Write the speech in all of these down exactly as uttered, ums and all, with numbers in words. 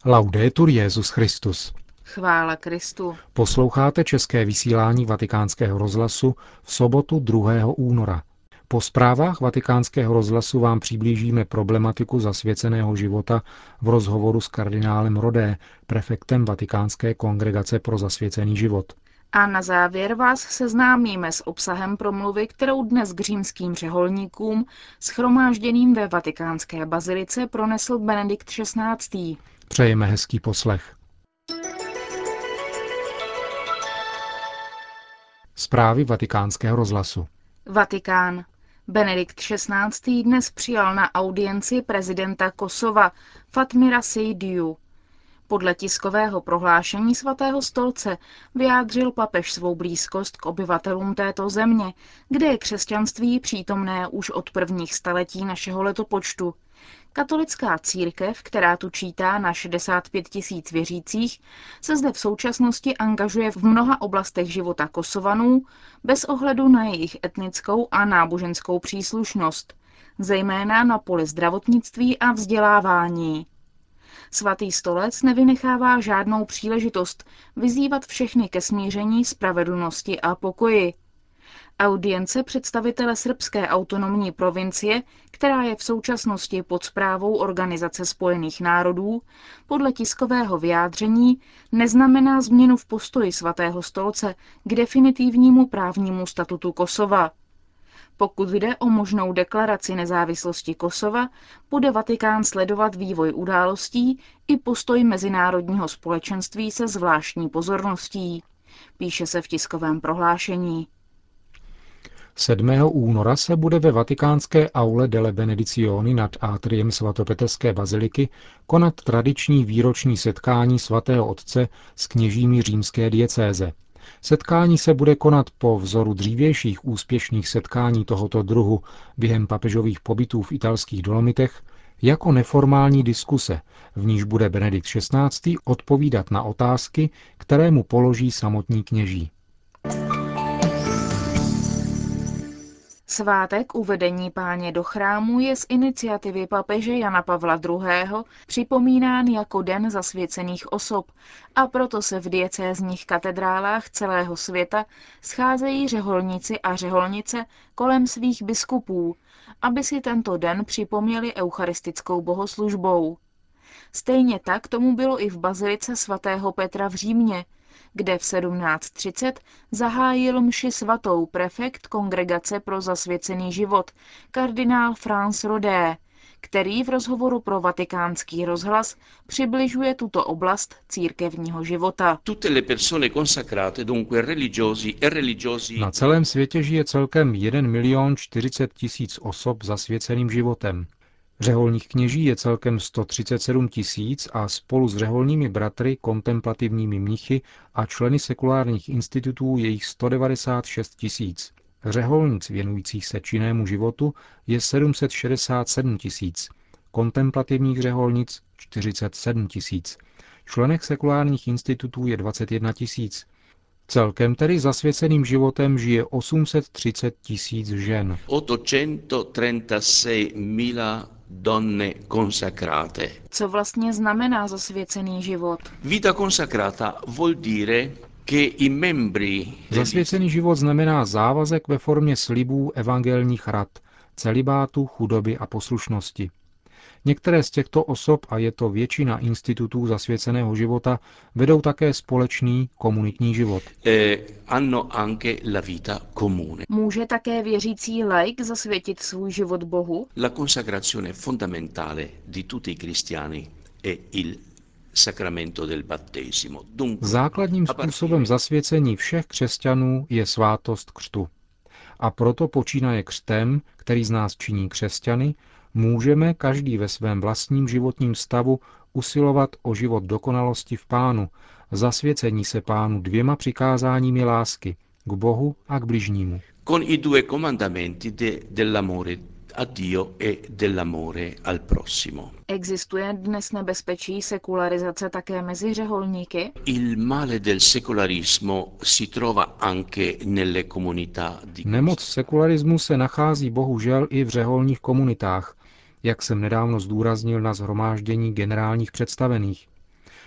Laudetur Jesus Christus. Chvála Kristu. Posloucháte české vysílání Vatikánského rozhlasu v sobotu druhého února. Po zprávách Vatikánského rozhlasu vám přiblížíme problematiku zasvěceného života v rozhovoru s kardinálem Rodé, prefektem Vatikánské kongregace pro zasvěcený život. A na závěr vás seznámíme s obsahem promluvy, kterou dnes k římským řeholníkům shromážděným ve vatikánské bazilice pronesl Benedikt šestnáctý. Přejeme hezký poslech. Zprávy Vatikánského rozhlasu. Vatikán. Benedikt šestnáctý. dnes přijal na audienci prezidenta Kosova Fatmira Sejdiu. Podle tiskového prohlášení svatého stolce vyjádřil papež svou blízkost k obyvatelům této země, kde je křesťanství přítomné už od prvních staletí našeho letopočtu. Katolická církev, která tu čítá na šedesát pět tisíc věřících, se zde v současnosti angažuje v mnoha oblastech života Kosovanů bez ohledu na jejich etnickou a náboženskou příslušnost, zejména na poli zdravotnictví a vzdělávání. Svatý stolec nevynechává žádnou příležitost vyzývat všechny ke smíření, spravedlnosti a pokoji. Audience představitele srbské autonomní provincie, která je v současnosti pod správou Organizace spojených národů, podle tiskového vyjádření neznamená změnu v postoji svatého stolce k definitivnímu právnímu statutu Kosova. Pokud jde o možnou deklaraci nezávislosti Kosova, bude Vatikán sledovat vývoj událostí i postoj mezinárodního společenství se zvláštní pozorností, píše se v tiskovém prohlášení. sedmého února se bude ve vatikánské aule delle Benedizioni nad atriem svatopetrské baziliky konat tradiční výroční setkání svatého otce s kněžími římské diecéze. Setkání se bude konat po vzoru dřívějších úspěšných setkání tohoto druhu během papežových pobytů v italských Dolomitech jako neformální diskuse, v níž bude Benedikt šestnáctý. odpovídat na otázky, které mu položí samotní kněží. Svátek uvedení Páně do chrámu je z iniciativy papeže Jana Pavla druhého. připomínán jako Den zasvěcených osob a proto se v diecézních katedrálách celého světa scházejí řeholníci a řeholnice kolem svých biskupů, aby si tento den připomněli eucharistickou bohoslužbou. Stejně tak tomu bylo i v bazilice svatého Petra v Římě, kde v sedmnáct třicet zahájil mši svatou prefekt Kongregace pro zasvěcený život, kardinál François Rodé, který v rozhovoru pro Vatikánský rozhlas přibližuje tuto oblast církevního života. Na celém světě žije celkem jeden milion čtyřicet tisíc osob zasvěceným životem. Řeholních kněží je celkem sto třicet sedm tisíc a spolu s řeholními bratry, kontemplativními mnichy a členy sekulárních institutů je jich sto devadesát šest tisíc. Řeholnic věnujících se činnému životu je sedm set šedesát sedm tisíc, kontemplativních řeholnic čtyřicet sedm tisíc. Členek sekulárních institutů je dvacet jedna tisíc. Celkem tedy zasvěceným životem žije osm set třicet tisíc žen. Donne consacrate. Co vlastně znamená zasvěcený život? Vita consacrata vuol dire che i membri Zasvěcený život znamená závazek ve formě slibů evangelních rad, celibátu, chudoby a poslušnosti. Některé z těchto osob, a je to většina institutů zasvěceného života, vedou také společný komunitní život. Eh, hanno anche la vita comune. Může také věřící laik zasvětit svůj život Bohu? La consacrazione fondamentale di tutti i cristiani è il sacramento del battesimo. Dunque, Základním způsobem zasvěcení všech křesťanů je svátost křtu. A proto počínaje křtem, který z nás činí křesťany, můžeme každý ve svém vlastním životním stavu usilovat o život dokonalosti v Pánu, zasvěcení se Pánu dvěma přikázáními lásky, k Bohu a k bližnímu. Con i due comandamenti de, dell'amore a Dio e dell'amore al prossimo. Existuje dnes nebezpečí sekularizace také mezi řeholníky? Il male del secolarismo si trova anche nelle comunità di Nemoc sekularismu se nachází bohužel i v řeholních komunitách, jak jsem nedávno zdůraznil na shromáždění generálních představených.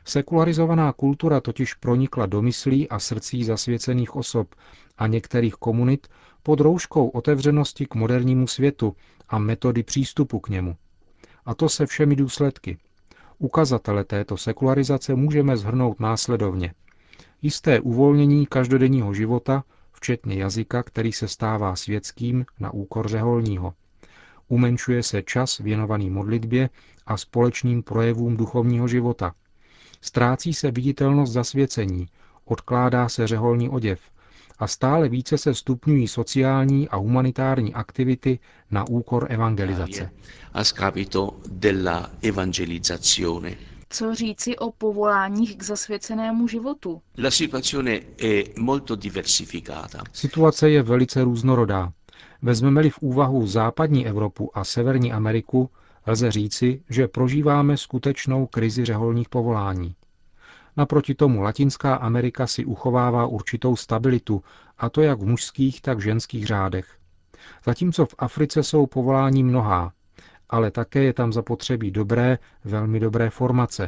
Sekularizovaná kultura totiž pronikla do myslí a srdcí zasvěcených osob a některých komunit pod rouškou otevřenosti k modernímu světu a metody přístupu k němu. A to se všemi důsledky. Ukazatele této sekularizace můžeme shrnout následovně. Jisté uvolnění každodenního života, včetně jazyka, který se stává světským na úkor řeholního. Umenšuje se čas věnovaný modlitbě a společným projevům duchovního života. Ztrácí se viditelnost zasvěcení, odkládá se řeholní oděv a stále více se stupňují sociální a humanitární aktivity na úkor evangelizace. A scapito della evangelizzazione. Co říci o povoláních k zasvěcenému životu? La situazione è molto diversificata. Situace je velice různorodá. Vezmeme-li v úvahu západní Evropu a Severní Ameriku, lze říci, že prožíváme skutečnou krizi řeholních povolání. Naproti tomu Latinská Amerika si uchovává určitou stabilitu, a to jak v mužských, tak v ženských řádech. Zatímco v Africe jsou povolání mnohá, ale také je tam zapotřebí dobré, velmi dobré formace.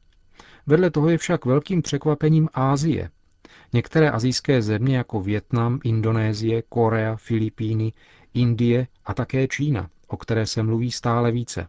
Vedle toho je však velkým překvapením Asie. Některé asijské země jako Vietnam, Indonésie, Korea, Filipíny, Indie a také Čína, o které se mluví stále více.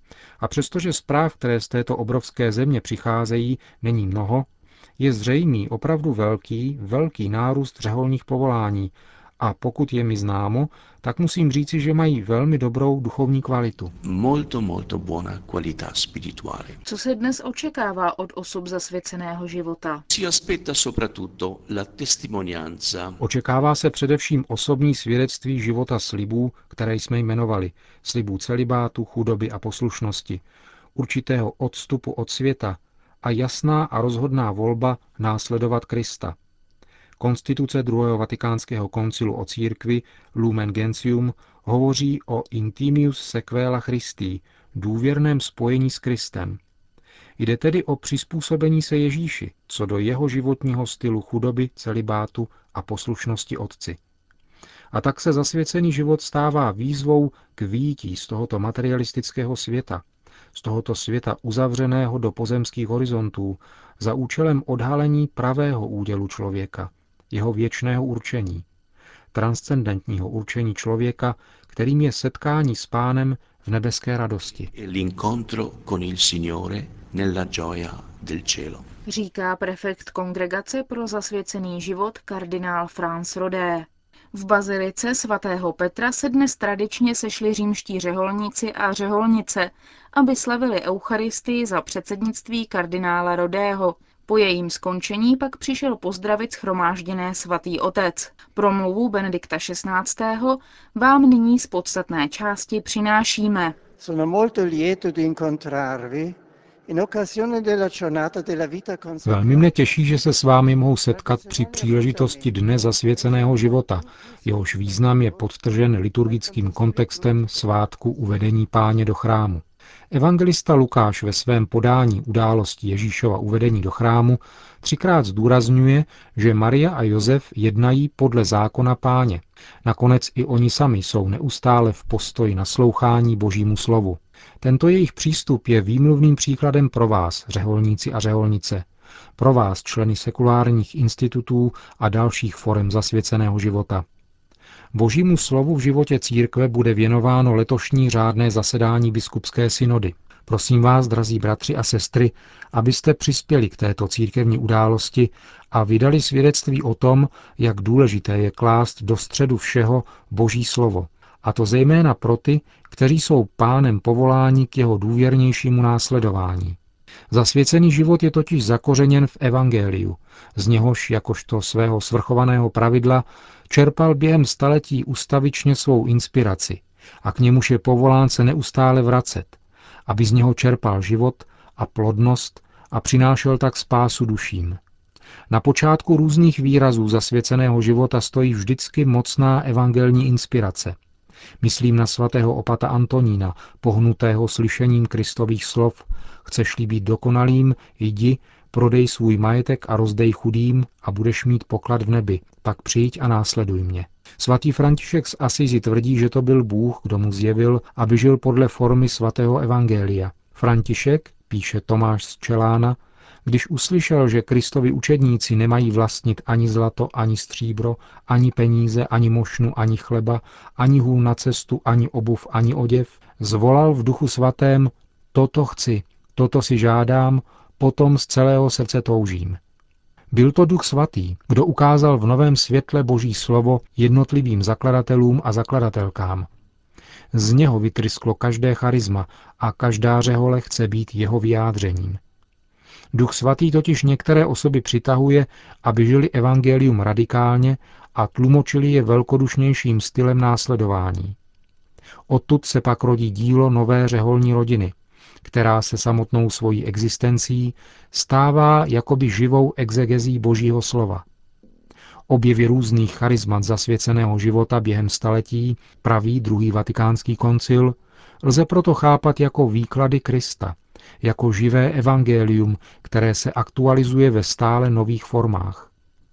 A přestože zpráv, které z této obrovské země přicházejí, není mnoho, je zřejmý opravdu velký, velký nárůst řeholních povolání a pokud je mi známo, tak musím říci, že mají velmi dobrou duchovní kvalitu. Molto, molto buona qualità spirituale. Co se dnes očekává od osob zasvěceného života? Si aspetta soprattutto la testimonianza. Očekává se především osobní svědectví života slibů, které jsme jmenovali, slibů celibátu, chudoby a poslušnosti, určitého odstupu od světa a jasná a rozhodná volba následovat Krista. Konstituce druhého vatikánského koncilu o církvi Lumen Gentium hovoří o intimius sequela Christi, důvěrném spojení s Kristem. Jde tedy o přizpůsobení se Ježíši, co do jeho životního stylu chudoby, celibátu a poslušnosti Otci. A tak se zasvěcený život stává výzvou k vyjití z tohoto materialistického světa, z tohoto světa uzavřeného do pozemských horizontů, za účelem odhalení pravého údělu člověka, jeho věčného určení, transcendentního určení člověka, kterým je setkání s Pánem v nebeské radosti. L'incontro con il Signore nella gioia del cielo. Říká prefekt Kongregace pro zasvěcený život kardinál Franz Rodé. V bazilice svatého Petra se dnes tradičně sešli římští řeholníci a řeholnice, aby slavili eucharistii za předsednictví kardinála Rodého. Po jejím skončení pak přišel pozdravit shromážděné svatý otec. Promluvu Benedikta šestnáctého vám nyní z podstatné části přinášíme. Sono molto lieto di incontrarvi in occasione della giornata della vita consacrata. Velmi mne těší, že se s vámi mohu setkat při příležitosti Dne zasvěceného života, jehož význam je podtržen liturgickým kontextem svátku uvedení Páně do chrámu. Evangelista Lukáš ve svém podání události Ježíšova uvedení do chrámu třikrát zdůrazňuje, že Maria a Josef jednají podle zákona Páně. Nakonec i oni sami jsou neustále v postoji naslouchání Božímu slovu. Tento jejich přístup je výmluvným příkladem pro vás, řeholníci a řeholnice, pro vás, členy sekulárních institutů a dalších forem zasvěceného života. Božímu slovu v životě církve bude věnováno letošní řádné zasedání biskupské synody. Prosím vás, drazí bratři a sestry, abyste přispěli k této církevní události a vydali svědectví o tom, jak důležité je klást do středu všeho Boží slovo, a to zejména pro ty, kteří jsou Pánem povoláni k jeho důvěrnějšímu následování. Zasvěcený život je totiž zakořeněn v evangeliu, z něhož jakožto svého svrchovaného pravidla čerpal během staletí ustavičně svou inspiraci a k němuž je povolán se neustále vracet, aby z něho čerpal život a plodnost a přinášel tak spásu duším. Na počátku různých výrazů zasvěceného života stojí vždycky mocná evangelní inspirace. Myslím na svatého opata Antonína, pohnutého slyšením Kristových slov: chceš-li být dokonalým, jdi, prodej svůj majetek a rozdej chudým a budeš mít poklad v nebi, pak přijď a následuj mě. Svatý František z Asisi tvrdí, že to byl Bůh, kdo mu zjevil, aby žil podle formy svatého evangelia. František, píše Tomáš z Čelána, Když uslyšel, že Kristovi učedníci nemají vlastnit ani zlato, ani stříbro, ani peníze, ani mošnu, ani chleba, ani hůl na cestu, ani obuv, ani oděv, zvolal v Duchu svatém: toto chci, toto si žádám, potom z celého srdce toužím. Byl to Duch svatý, kdo ukázal v novém světle Boží slovo jednotlivým zakladatelům a zakladatelkám. Z něho vytrysklo každé charisma a každá řehole chce být jeho vyjádřením. Duch svatý totiž některé osoby přitahuje, aby žili evangelium radikálně a tlumočili je velkodušnějším stylem následování. Odtud se pak rodí dílo nové řeholní rodiny, která se samotnou svojí existencí stává jakoby živou exegezí Božího slova. Objevy různých charismat zasvěceného života během staletí, praví druhý vatikánský koncil, lze proto chápat jako výklady Krista, jako živé evangelium, které se aktualizuje ve stále nových formách.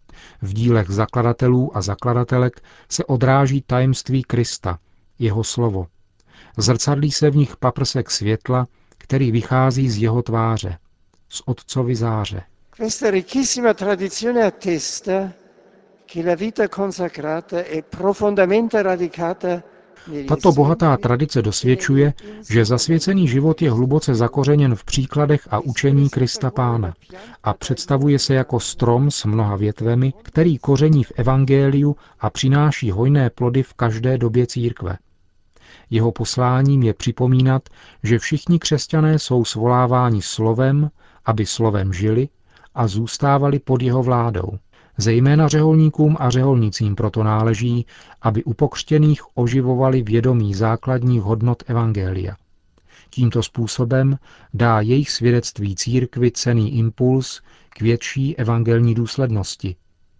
V dílech zakladatelů a zakladatelek se odráží tajemství Krista, jeho slovo. Zrcadlí se v nich paprsek světla, který vychází z jeho tváře, z Otcovy záře. Questa ricchissima tradizione attesta che la vita consacrata è profondamente radicata. Tato bohatá tradice dosvědčuje, že zasvěcený život je hluboce zakořeněn v příkladech a učení Krista Pána a představuje se jako strom s mnoha větvemi, který koření v evangeliu a přináší hojné plody v každé době církve. Jeho posláním je připomínat, že všichni křesťané jsou svoláváni slovem, aby slovem žili a zůstávali pod jeho vládou. Zejména řeholníkům a řeholnicím proto náleží, aby u pokřtěných oživovali vědomí základních hodnot evangelia. Tímto způsobem dá jejich svědectví církvi cenný impuls k větší evangelní důslednosti.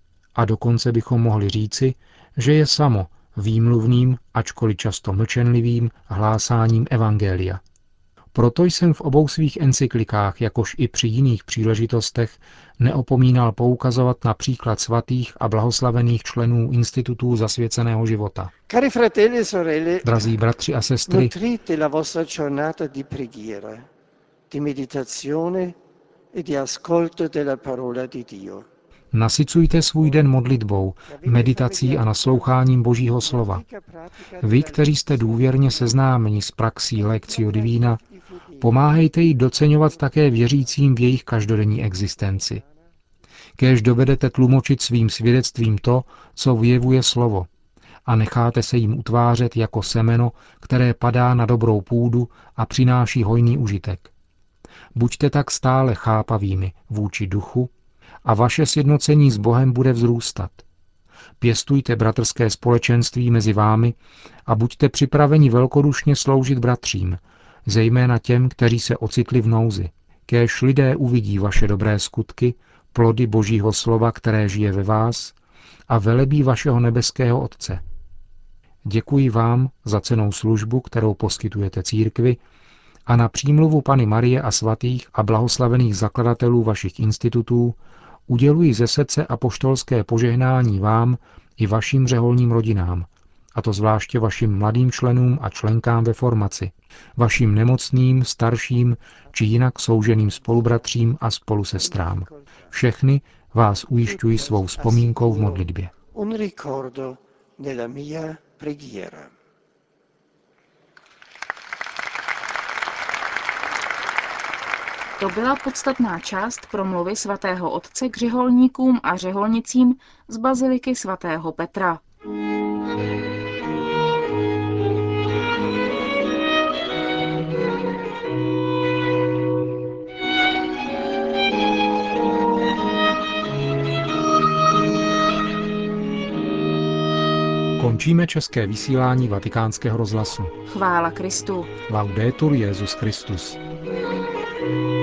A dokonce bychom mohli říci, že je samo výmluvným, ačkoliv často mlčenlivým hlásáním evangelia. Proto jsem v obou svých encyklikách, jakož i při jiných příležitostech, neopomínal poukazovat na příklad svatých a blahoslavených členů institutů zasvěceného života. Cari fratelli e sorelle, Drazí bratři a sestry, nutrite la vostra giornata di preghiera, di meditazione e di ascolto della parola di Dio. nasycujte svůj den modlitbou, meditací a nasloucháním Božího slova. Vy, kteří jste důvěrně seznámeni s praxí Lectio Divina, pomáhejte jí doceňovat také věřícím v jejich každodenní existenci. Kéž dovedete tlumočit svým svědectvím to, co vyjevuje slovo, a necháte se jim utvářet jako semeno, které padá na dobrou půdu a přináší hojný užitek. Buďte tak stále chápavými vůči duchu a vaše sjednocení s Bohem bude vzrůstat. Pěstujte bratrské společenství mezi vámi a buďte připraveni velkodušně sloužit bratřím, zejména těm, kteří se ocitli v nouzi. Kéž lidé uvidí vaše dobré skutky, plody Božího slova, které žije ve vás, a velebí vašeho nebeského Otce. Děkuji vám za cennou službu, kterou poskytujete církvi, a na přímluvu Panny Marie a svatých a blahoslavených zakladatelů vašich institutů uděluji ze srdce apoštolské požehnání vám i vašim řeholním rodinám, a to zvláště vašim mladým členům a členkám ve formaci, vašim nemocným, starším či jinak souženým spolubratřím a spolusestrám. Všechny vás ujišťuji svou vzpomínkou v modlitbě. Un ricordo nella mia preghiera. To byla podstatná část promluvy svatého otce k řeholníkům a řeholnicím z baziliky svatého Petra. Končíme české vysílání Vatikánského rozhlasu. Chvála Kristu. Laudetur Jesus Christus.